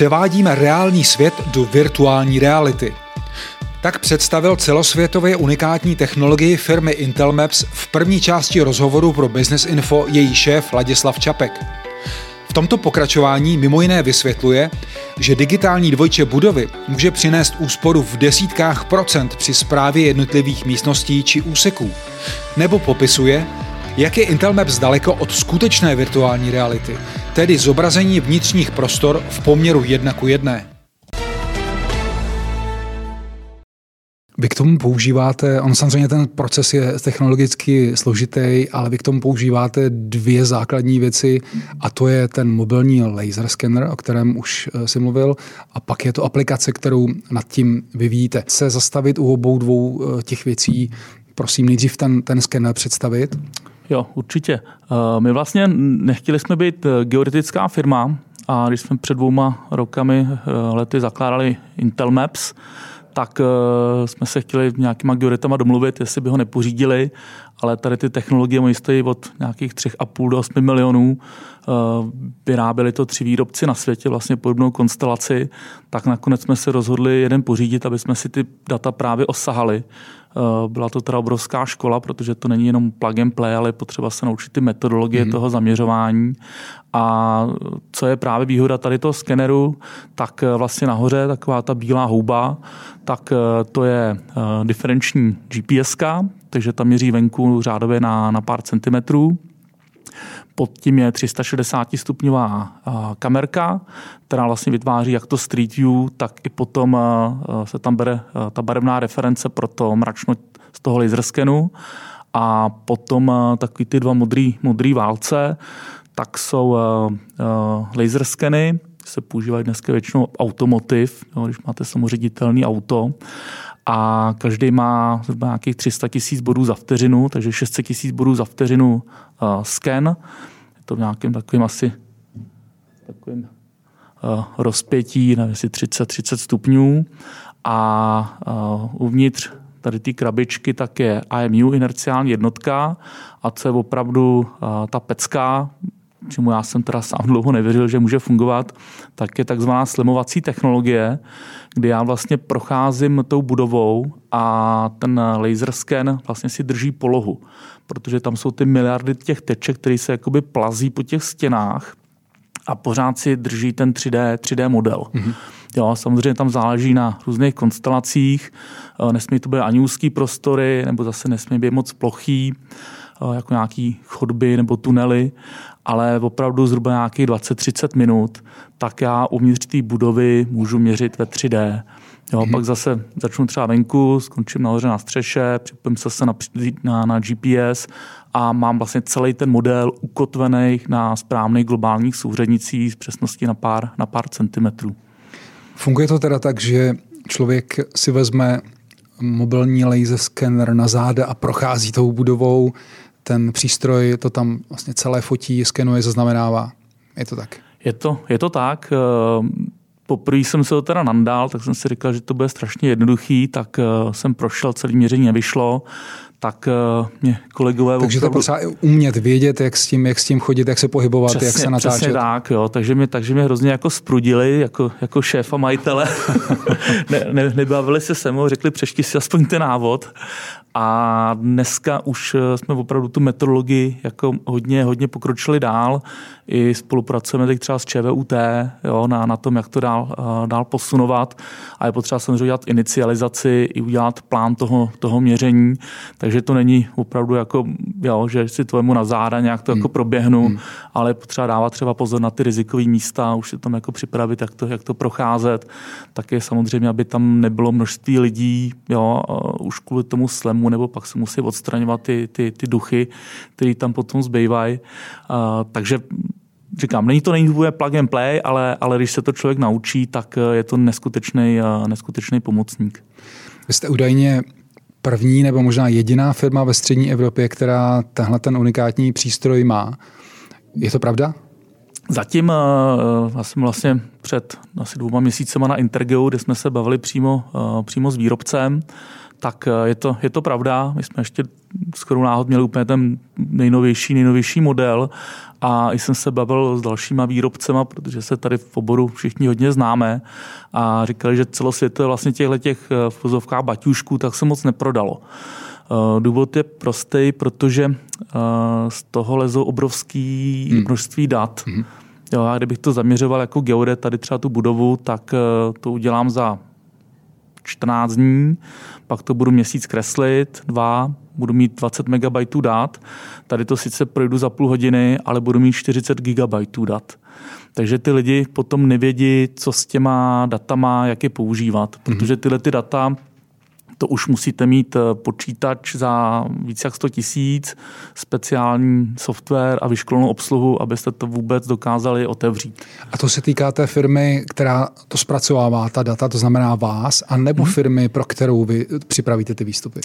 převádíme reálný svět do virtuální reality. Tak představil celosvětově unikátní technologii firmy Intel Maps v první části rozhovoru pro Business Info její šéf Ladislav Čapek. V tomto pokračování mimo jiné vysvětluje, že digitální dvojče budovy může přinést úsporu v desítkách procent při správě jednotlivých místností či úseků. Nebo popisuje, jak je Intel Maps daleko od skutečné virtuální reality, tedy zobrazení vnitřních prostor v poměru 1:1. Vy k tomu používáte, on samozřejmě ten proces je technologicky složitý, ale vy k tomu používáte dvě základní věci a to je ten mobilní laser scanner, o kterém už si mluvil, a pak je to aplikace, kterou nad tím vyvíjíte. Se zastavit u obou dvou těch věcí, prosím nejdřív ten scanner představit. Jo, určitě. My vlastně nechtěli jsme být geodetická firma a když jsme před 2 lety zakládali Intel Maps, tak jsme se chtěli nějakýma geodetama domluvit, jestli by ho nepořídili, ale tady ty technologie oni stojí od nějakých 3,5 do 8 milionů. Vyráběli to 3 výrobci na světě, vlastně podobnou konstelaci, tak nakonec jsme se rozhodli jeden pořídit, aby jsme si ty data právě osahali. Byla to teda obrovská škola, protože to není jenom plug and play, ale je potřeba se naučit ty metodologie toho zaměřování. A co je právě výhoda tady toho skeneru, tak vlastně nahoře taková ta bílá houba, tak to je diferenční GPSka, takže tam měří venku řádově na pár centimetrů. Pod tím je 360 kamerka, která vlastně vytváří jak to Street View, tak i potom se tam bere ta barevná reference pro to mračno z toho laser skenu. A potom takový ty 2 modrý válce, tak jsou laser skeny, se používají dneska většinou automotiv, když máte samoředitelný auto. A každý má zhruba nějakých 300 000 bodů za vteřinu, takže 600 000 bodů za vteřinu sken. Je to v nějakém takovým asi rozpětí, nevím, jestli 30 stupňů. A uvnitř tady ty krabičky tak je IMU, inerciální jednotka, a co je opravdu ta pecka, čemu já jsem teda sám dlouho nevěřil, že může fungovat, tak je takzvaná slemovací technologie, kdy já vlastně procházím tou budovou a ten laser scan vlastně si drží polohu, protože tam jsou ty miliardy těch teček, které se jakoby plazí po těch stěnách a pořád si drží ten 3D model. Mm-hmm. Jo, samozřejmě tam záleží na různých konstelacích, nesmí to být ani úzký prostory, nebo zase nesmí být moc plochý, jako nějaký chodby nebo tunely, ale opravdu zhruba nějakých 20-30 minut, tak já uvnitř té budovy můžu měřit ve 3D. Jo, pak zase začnu třeba venku, skončím nahoře na střeše, připojím se na GPS a mám vlastně celý ten model ukotvený na správných globálních souřadnicích s přesností na pár centimetrů. Funguje to teda tak, že člověk si vezme mobilní laser scanner na záda a prochází tou budovou, ten přístroj to tam vlastně celé fotí, skenuje, zaznamenává. Je to tak? Je to tak. Poprvé jsem se to teda nandál, tak jsem si říkal, že to bude strašně jednoduchý, tak jsem prošel, celý měření nevyšlo, tak mě kolegové... Takže to potřeba umět vědět, jak s tím chodit, jak se pohybovat, přesně, jak se natáčet. Přesně tak, jo. Takže mě hrozně jako sprudili, jako šéfa majitele. Nebavili se se mnou, řekli, přečti si aspoň ten návod. A dneska už jsme opravdu tu metodologii jako hodně pokročili dál. I spolupracujeme teď třeba s ČVUT, jo, na tom, jak to dál posunovat. A je potřeba samozřejmě udělat inicializaci i udělat plán toho měření. Takže to není opravdu jako, jo, že si to vemu na záda, nějak to jako proběhnu, ale je potřeba dávat třeba pozor na ty rizikové místa, už se tam jako připravit, jak to procházet. Tak je samozřejmě, aby tam nebylo množství lidí, jo, už kvůli tomu slemu, nebo pak se musí odstraňovat ty duchy, které tam potom zbývají. Takže říkám, není to plug and play, ale když se to člověk naučí, tak je to neskutečný pomocník. Vy jste údajně první nebo možná jediná firma ve střední Evropě, která tenhle ten unikátní přístroj má. Je to pravda? Zatím já jsem vlastně před asi 2 měsícema na Intergeu, kde jsme se bavili přímo s výrobcem, tak je to pravda. My jsme ještě skoro náhod měli úplně ten nejnovější model a jsem se bavil s dalšíma výrobcema, protože se tady v oboru všichni hodně známe a říkali, že celosvětově vlastně těch v vozovkách baťušků tak se moc neprodalo. Důvod je prostý, protože z toho lezou obrovský množství dat. Jo, a kdybych to zaměřoval jako geodet, tady třeba tu budovu, tak to udělám za 14 dní, pak to budu měsíc kreslit, 2, budu mít 20 MB dat. Tady to sice projdu za půl hodiny, ale budu mít 40 GB dat. Takže ty lidi potom nevědí, co s těma datama, jak je používat, protože tyhle ty data, to už musíte mít počítač za víc jak 100 000, speciální software a vyškolenou obsluhu, abyste to vůbec dokázali otevřít. A to se týká té firmy, která to zpracovává, ta data, to znamená vás, a nebo firmy, pro kterou vy připravíte ty výstupy?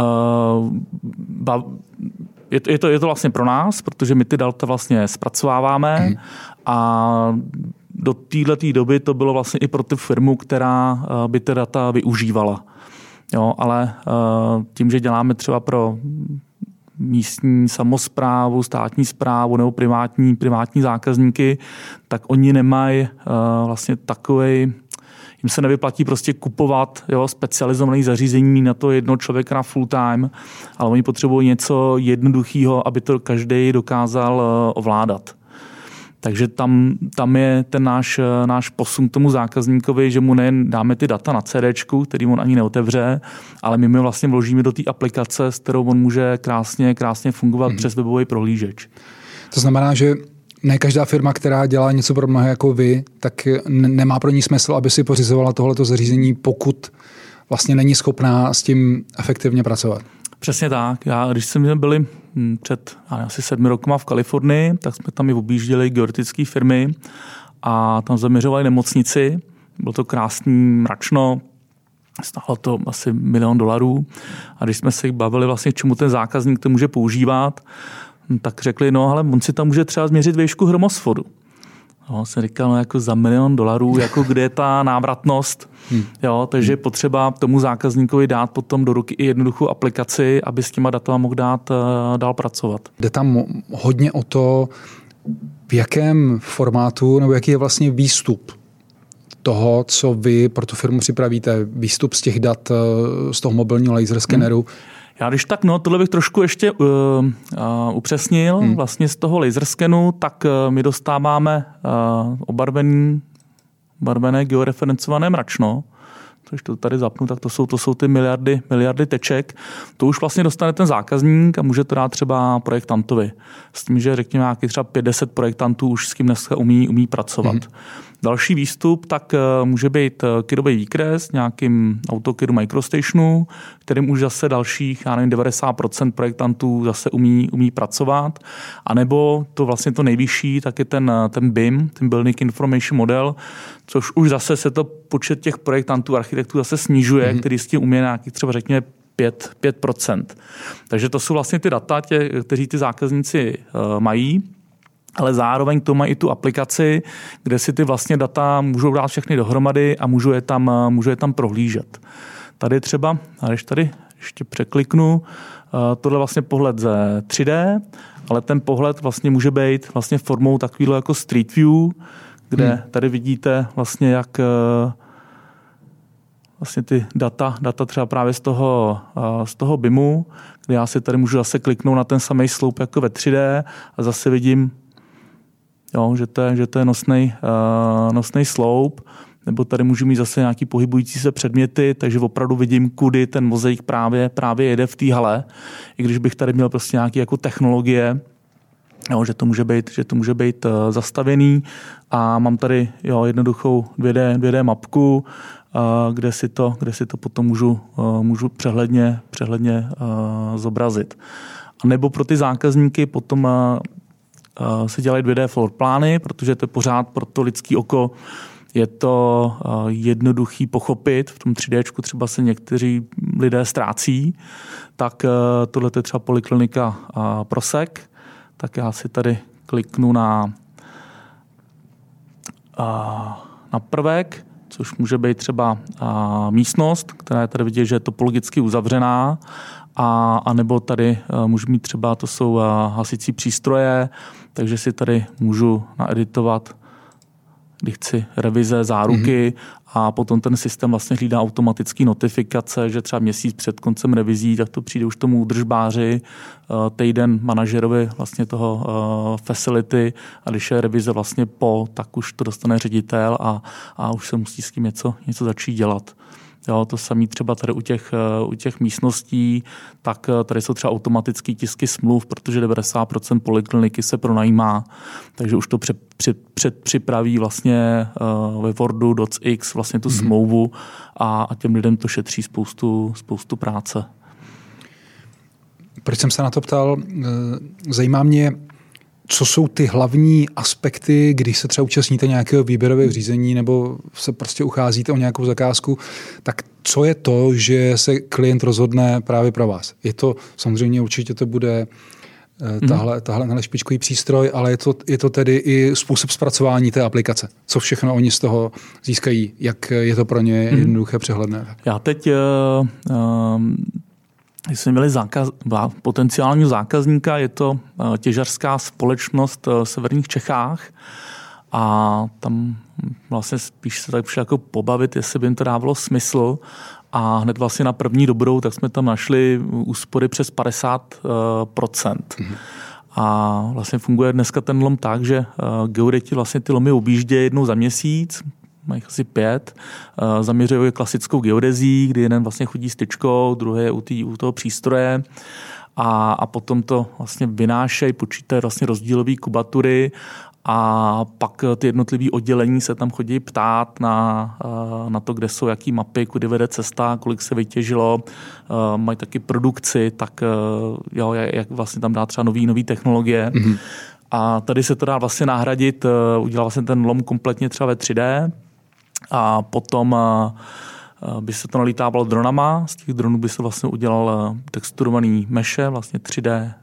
Je to vlastně pro nás, protože my ty data vlastně zpracováváme a do této doby to bylo vlastně i pro tu firmu, která by ty data využívala. Jo, ale tím, že děláme třeba pro místní samosprávu, státní správu nebo privátní zákazníky, tak oni nemají vlastně takovej, jim se nevyplatí prostě kupovat specializované zařízení na to jedno člověka na full time, ale oni potřebují něco jednoduchého, aby to každý dokázal ovládat. Takže tam je ten náš posun k tomu zákazníkovi, že mu nejen dáme ty data na CDčku, který on ani neotevře, ale my vlastně vložíme do té aplikace, s kterou on může krásně fungovat přes webový prohlížeč. To znamená, že ne každá firma, která dělá něco pro mnohé jako vy, tak nemá pro ní smysl, aby si pořizovala tohleto zařízení, pokud vlastně není schopná s tím efektivně pracovat. Přesně tak. Když jsme byli před asi 7 rokama v Kalifornii, tak jsme tam i objížděli geodetické firmy a tam zaměřovali nemocnici. Bylo to krásný, mračno, stálo to asi $1 milion. A když jsme se jich bavili vlastně, k čemu ten zákazník to může používat, tak řekli, ale on si tam může třeba změřit výšku hromosfodu. Jsem říkal, jako za $1 milion, jako kde je ta návratnost. Takže je potřeba tomu zákazníkovi dát potom do ruky i jednoduchou aplikaci, aby s těma datama mohl dál pracovat. Jde tam hodně o to, v jakém formátu nebo jaký je vlastně výstup toho, co vy pro tu firmu připravíte. Výstup z těch dat z toho mobilního laser skeneru. Já když tak, tohle bych trošku ještě upřesnil. Vlastně z toho laser skenu, tak my dostáváme barvené georeferencované mračno. Když to tady zapnu, tak to jsou ty miliardy teček. To už vlastně dostane ten zákazník a může to dát třeba projektantovi. S tím, že řekněme nějaký třeba 5-10 projektantů už s tím dneska umí pracovat. Další výstup tak může být kidový výkres nějakým AutoCADu MicroStationu, kterým už zase dalších 90% projektantů zase umí pracovat. A nebo to vlastně to nejvyšší, tak je ten BIM, ten Building Information Model, což už zase se to počet těch projektantů, architektů zase snižuje, který s tím umí nějakých třeba řekněme 5%. Takže to jsou vlastně ty data, kteří ty zákazníci mají. Ale zároveň to mají i tu aplikaci, kde si ty vlastně data můžou dát všechny dohromady a můžu je tam prohlížet. Tady třeba, když tady ještě překliknu, tohle vlastně pohled ze 3D, ale ten pohled vlastně může být vlastně formou takového jako Street View, kde tady vidíte vlastně, jak vlastně ty data třeba právě z toho BIMu, kde já si tady můžu zase kliknout na ten samý sloup jako ve 3D a zase vidím, že to je nosný sloup, nebo tady můžu mít zase nějaký pohybující se předměty, takže opravdu vidím, kudy ten mozaik právě jede v té hale. I když bych tady měl prostě nějaké jako technologie, že to může být zastavený a mám tady jednoduchou 2D mapku, kde si to potom můžu přehledně zobrazit. A nebo pro ty zákazníky potom se dělají 2D floor plány, protože to je pořád pro to lidské oko je to jednoduchý pochopit. V tom 3D třeba se někteří lidé ztrácí. Tak tohle je třeba poliklinika Prosek. Tak já si tady kliknu na prvek. což může být třeba místnost, která je tady vidět, že je topologicky uzavřená, a nebo tady můžu mít třeba, to jsou hasicí přístroje, takže si tady můžu naeditovat, kdy chci revize, záruky, a potom ten systém vlastně hlídá automatické notifikace, že třeba měsíc před koncem revizí, tak to přijde už tomu údržbáři, týden manažerovi vlastně toho facility, a když je revize vlastně tak už to dostane ředitel a už se musí s tím něco začít dělat. Jo, to samé třeba tady u těch místností, tak tady jsou třeba automatické tisky smluv, protože 90% polikliniky se pronajímá, takže už to předpřipraví vlastně ve Wordu docx vlastně tu smlouvu a těm lidem to šetří spoustu práce. Proč jsem se na to ptal? Zajímá mě, co jsou ty hlavní aspekty, když se třeba účastníte nějakého výběrového řízení nebo se prostě ucházíte o nějakou zakázku, tak co je to, že se klient rozhodne právě pro vás? Je to, samozřejmě určitě to bude tahle špičkový přístroj, ale je to tedy i způsob zpracování té aplikace. Co všechno oni z toho získají? Jak je to pro ně jednoduché, přehledné? Já teď... Když jsme měli potenciálního zákazníka, je to těžařská společnost v severních Čechách, a tam vlastně spíš se tak jako pobavit, jestli by jim to dávalo smysl, a hned vlastně na první dobrou, tak jsme tam našli úspory přes 50%. A vlastně funguje dneska ten lom tak, že geodeti vlastně ty lomy objíždějí jednou za měsíc, mají asi 5, zaměřují klasickou geodezí, kdy jeden vlastně chodí s tyčkou, druhý je u toho přístroje, a potom to vlastně vynášejí, počítají vlastně rozdílové kubatury, a pak ty jednotlivé oddělení se tam chodí ptát na to, kde jsou jaký mapy, kudy vede cesta, kolik se vytěžilo, mají taky produkci, tak jo, jak vlastně tam dá třeba nový technologie. A tady se to dá vlastně nahradit, udělal vlastně ten lom kompletně třeba ve 3D, a potom by se to nalítávalo dronama, z těch dronů by se vlastně udělal texturovaný meše, vlastně 3D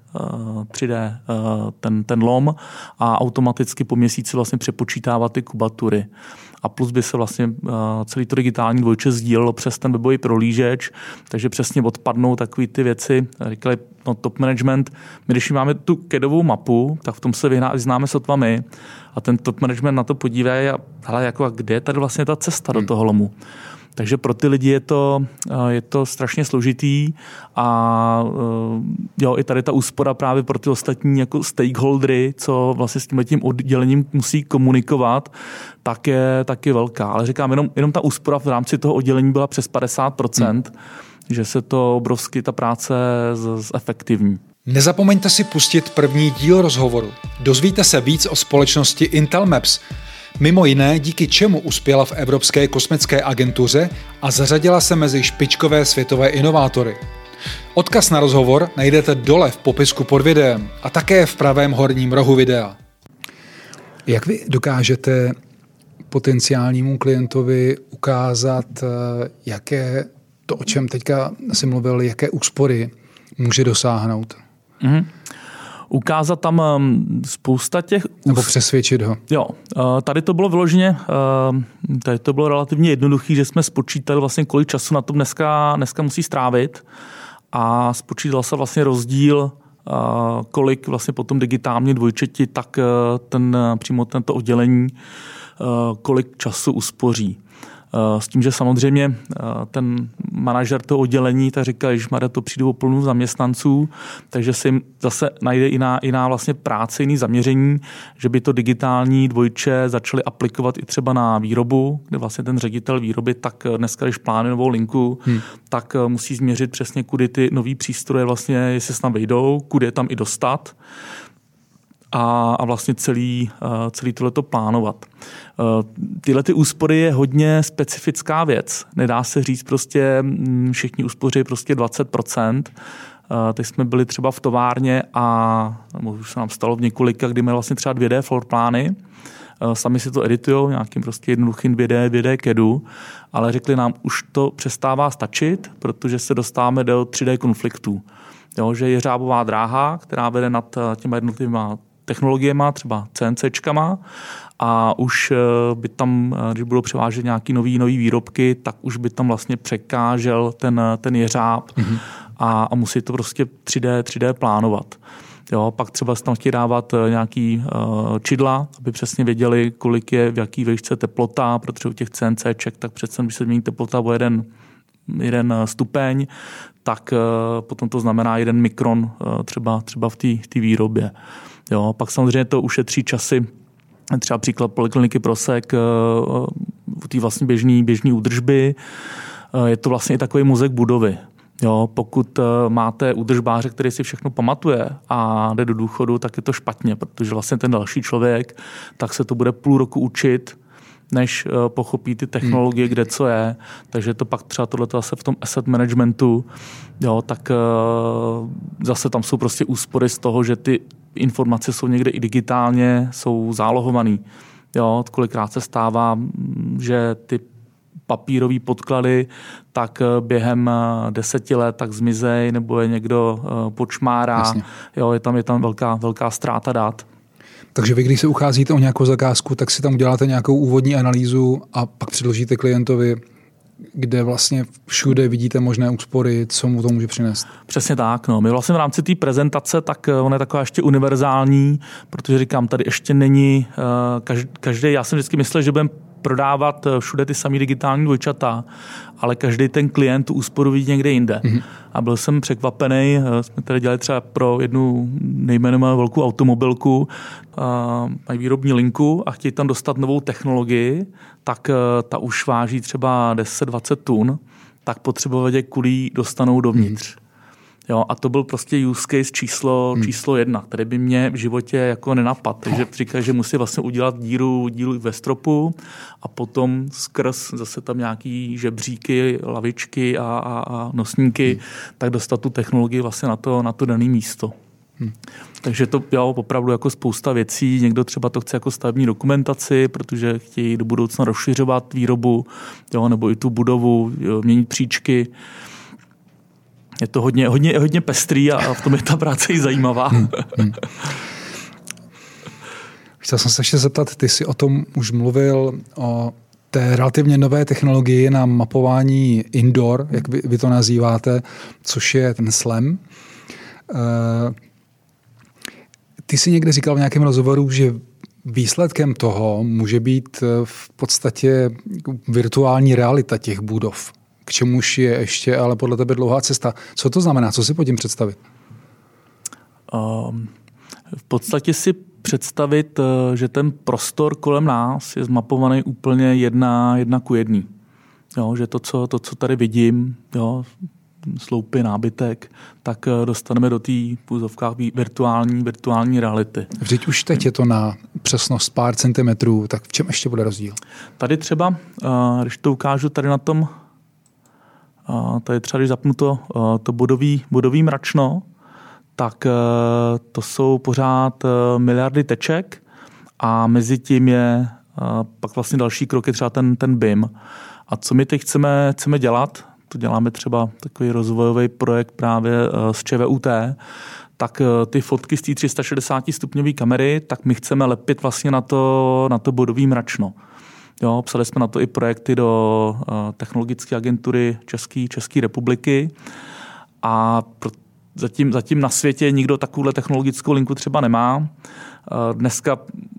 ten lom, a automaticky po měsíci vlastně přepočítává ty kubatury. A plus by se vlastně celý to digitální dvojče sdílelo přes ten webový prohlížeč, takže přesně odpadnou takové ty věci. Říkali, top management, my když máme tu CADovou mapu, tak v tom se vyznáme sotva my, a ten top management na to podívají a hele, jako, kde je tady vlastně ta cesta do toho lomu. Takže pro ty lidi je to strašně složitý, a jo, i tady ta úspora právě pro ty ostatní jako stakeholdery, co vlastně s tímhletím oddělením musí komunikovat, tak je velká. Ale říkám, jenom ta úspora v rámci toho oddělení byla přes 50%, že se to obrovsky ta práce zefektivní. Nezapomeňte si pustit první díl rozhovoru. Dozvíte se víc o společnosti Intel Maps, mimo jiné díky čemu uspěla v Evropské kosmické agentuře a zařadila se mezi špičkové světové inovátory. Odkaz na rozhovor najdete dole v popisku pod videem a také v pravém horním rohu videa. Jak vy dokážete potenciálnímu klientovi ukázat, jaké to, o čem teďka si mluvil, jaké úspory může dosáhnout? Ukázat tam spousta těch... Nebo přesvědčit ho. Jo, tady to bylo vyloženě, tady to bylo relativně jednoduché, že jsme spočítali vlastně, kolik času na tom dneska musí strávit, a spočítal se vlastně rozdíl, kolik vlastně potom digitálně dvojčeti, tak přímo tento oddělení, kolik času uspoří. S tím, že samozřejmě ten manažer toho oddělení tak říká, že to přijde o plnou zaměstnanců, takže si jim zase najde jiná vlastně práce, jiný zaměření, že by to digitální dvojče začali aplikovat i třeba na výrobu, kde vlastně ten ředitel výroby, tak dneska, když plánuje novou linku, tak musí změřit přesně, kudy ty nový přístroje vlastně, jestli se tam vejdou, kudy je tam i dostat, a vlastně celý tohleto plánovat. Tyhle ty úspory je hodně specifická věc. Nedá se říct prostě, všichni úspoří prostě 20%. Teď jsme byli třeba v továrně a už se nám stalo v několika, kdy máme vlastně třeba 2D floor plány. Sami si to editujou nějakým prostě jednoduchým 2D CADu, ale řekli nám, už to přestává stačit, protože se dostáváme do 3D konfliktů. Jo, že je řábová dráha, která vede nad těma jednotlivýma technologiema, třeba CNCčkama, a už by tam, když budou převážet nějaký nový výrobky, tak už by tam vlastně překážel ten jeřáb a musí to prostě 3D plánovat. Jo, pak třeba se tam chtějí dávat nějaký čidla, aby přesně věděli, kolik je v jaký výšce teplota, protože u těch CNCček, tak přece, když se změní teplota o jeden stupeň, tak potom to znamená 1 mikron třeba v té výrobě. Jo, pak samozřejmě to ušetří časy, třeba příklad polikliniky Prosek, u té vlastně běžný údržby. Je to vlastně i takový mozek budovy. Jo, pokud máte údržbáře, který si všechno pamatuje a jde do důchodu, tak je to špatně, protože vlastně ten další člověk tak se to bude půl roku učit, než pochopí ty technologie, kde co je. Takže to pak třeba tohleto zase v tom asset managementu, jo, tak zase tam jsou prostě úspory z toho, že ty informace jsou někde i digitálně, jsou zálohovaný. Jo, kolikrát se stává, že ty papírové podklady, tak během 10 let tak zmizej, nebo je někdo počmárá. Jo, je tam velká ztráta dat. Takže vy, když se ucházíte o nějakou zakázku, tak si tam uděláte nějakou úvodní analýzu a pak předložíte klientovi, kde vlastně všude vidíte možné úspory, co mu to může přinést. Přesně tak. No. My vlastně v rámci té prezentace, tak ona je taková ještě univerzální, protože říkám, tady ještě není každý, já jsem vždycky myslel, že budeme prodávat všude ty samý digitální dvojčata, ale každý ten klient tu úsporu vidí někde jinde. A byl jsem překvapený, jsme tady dělali třeba pro jednu nejmenovanou velkou automobilku, mají výrobní linku a chtějí tam dostat novou technologii, tak ta už váží třeba 10-20 tun, tak potřebovali kulí dostanou dovnitř. Jo, a to byl prostě use case číslo 1, který by mě v životě jako nenapadl. Takže říkají, že musí vlastně udělat díru ve stropu a potom skrz zase tam nějaký žebříky, lavičky a nosníky, tak dostat tu technologii vlastně na to dané místo. Takže to jo, opravdu jako spousta věcí. Někdo třeba to chce jako stavební dokumentaci, protože chtějí do budoucna rozšiřovat výrobu, jo, nebo i tu budovu, jo, měnit příčky. Je to hodně pestrý a v tom je ta práce i zajímavá. Chtěl jsem se ještě zeptat, ty jsi o tom už mluvil, o té relativně nové technologii na mapování indoor, jak vy to nazýváte, což je ten SLAM. Ty jsi někde říkal v nějakém rozhovoru, že výsledkem toho může být v podstatě virtuální realita těch budov. K čemuž je ještě ale podle tebe dlouhá cesta. Co to znamená? Co si pod tím představit? V podstatě si představit, že ten prostor kolem nás je zmapovaný úplně 1:1. Jo, že to, co tady vidím, jo, sloupy, nábytek, tak dostaneme do té půzovkách virtuální reality. Vždyť už teď je to na přesnost pár centimetrů, tak v čem ještě bude rozdíl? Tady třeba, když to ukážu tady na tom, tady třeba, když zapnu to bodový mračno, tak to jsou pořád miliardy teček a mezi tím je pak vlastně další krok je třeba ten BIM. A co my teď chceme dělat, to děláme třeba takový rozvojový projekt právě z ČVUT, tak ty fotky z té 360 stupňové kamery, tak my chceme lepit vlastně na to bodový mračno. Jo, psali jsme na to i projekty do Technologické agentury České republiky a zatím na světě nikdo takovouhle technologickou linku třeba nemá. Dneska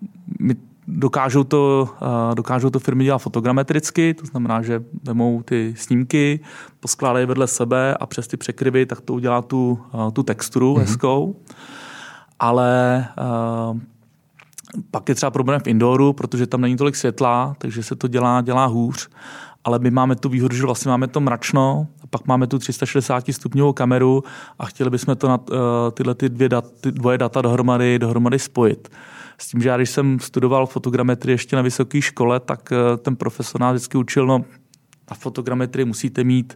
dokážou to firmy dělat fotogrametricky, to znamená, že vemou ty snímky, poskládají vedle sebe a přes ty překryvy tak to udělá tu texturu hezkou. Ale pak je třeba problém v indooru, protože tam není tolik světla, takže se to dělá hůř. Ale my máme tu výhodu, že vlastně máme to mračno, a pak máme tu 360 stupňovou kameru a chtěli bychom to na tyhle dvoje data dohromady spojit. S tím, že já když jsem studoval fotogrametrii ještě na vysoké škole, tak ten profesor nás vždycky učil, no na fotogrametrii musíte mít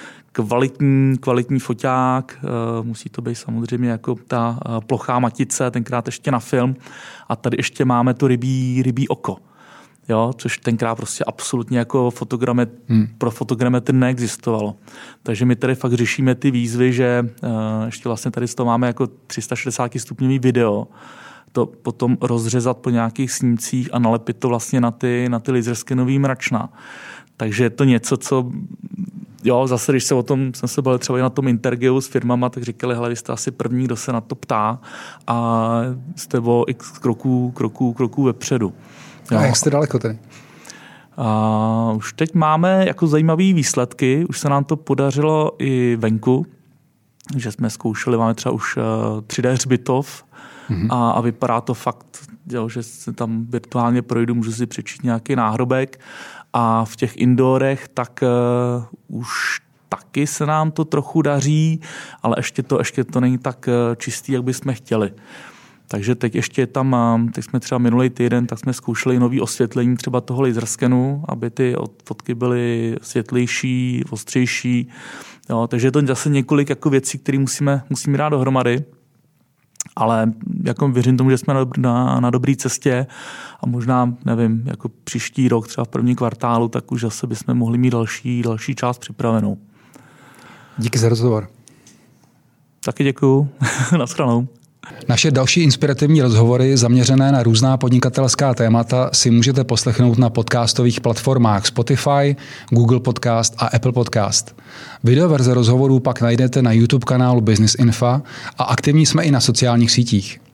kvalitní foťák, musí to být samozřejmě jako ta plochá matice, tenkrát ještě na film a tady ještě máme to rybí oko. Jo, což tenkrát prostě absolutně jako pro fotogrametry neexistovalo. Takže my tady fakt řešíme ty výzvy, že ještě vlastně tady z toho máme jako 360 stupňový video, to potom rozřezat po nějakých snímcích a nalepit to vlastně na ty laserskenový mračna. Takže je to něco, co zase, když se o tom, jsem se bavil třeba i na tom intergeu s firmama, tak říkali, hele, vy jste asi první, kdo se na to ptá a jste o x kroků vepředu. A jak jste daleko tedy? A už teď máme jako zajímavé výsledky, už se nám to podařilo i venku, že jsme zkoušeli, máme třeba už 3D hřbitov a vypadá to fakt, že se tam virtuálně projdu, můžu si přečíst nějaký náhrobek a v těch indoorech tak už taky se nám to trochu daří, ale ještě to není tak čistý, jak bychom chtěli. Takže teď ještě tam, teď jsme třeba minulý týden, tak jsme zkoušeli nový osvětlení třeba toho laserskenu, aby ty fotky byly světlejší, ostřejší. Jo, takže je to zase několik jako věcí, které musíme dát dohromady. Ale jako věřím tomu, že jsme na dobré cestě a možná, nevím, jako příští rok, třeba v prvním kvartálu, tak už zase bychom mohli mít další část připravenou. Díky za rozhovor. Taky děkuju. Naschranou. Naše další inspirativní rozhovory zaměřené na různá podnikatelská témata si můžete poslechnout na podcastových platformách Spotify, Google Podcast a Apple Podcast. Videoverze rozhovorů pak najdete na YouTube kanálu Business Info a aktivní jsme i na sociálních sítích.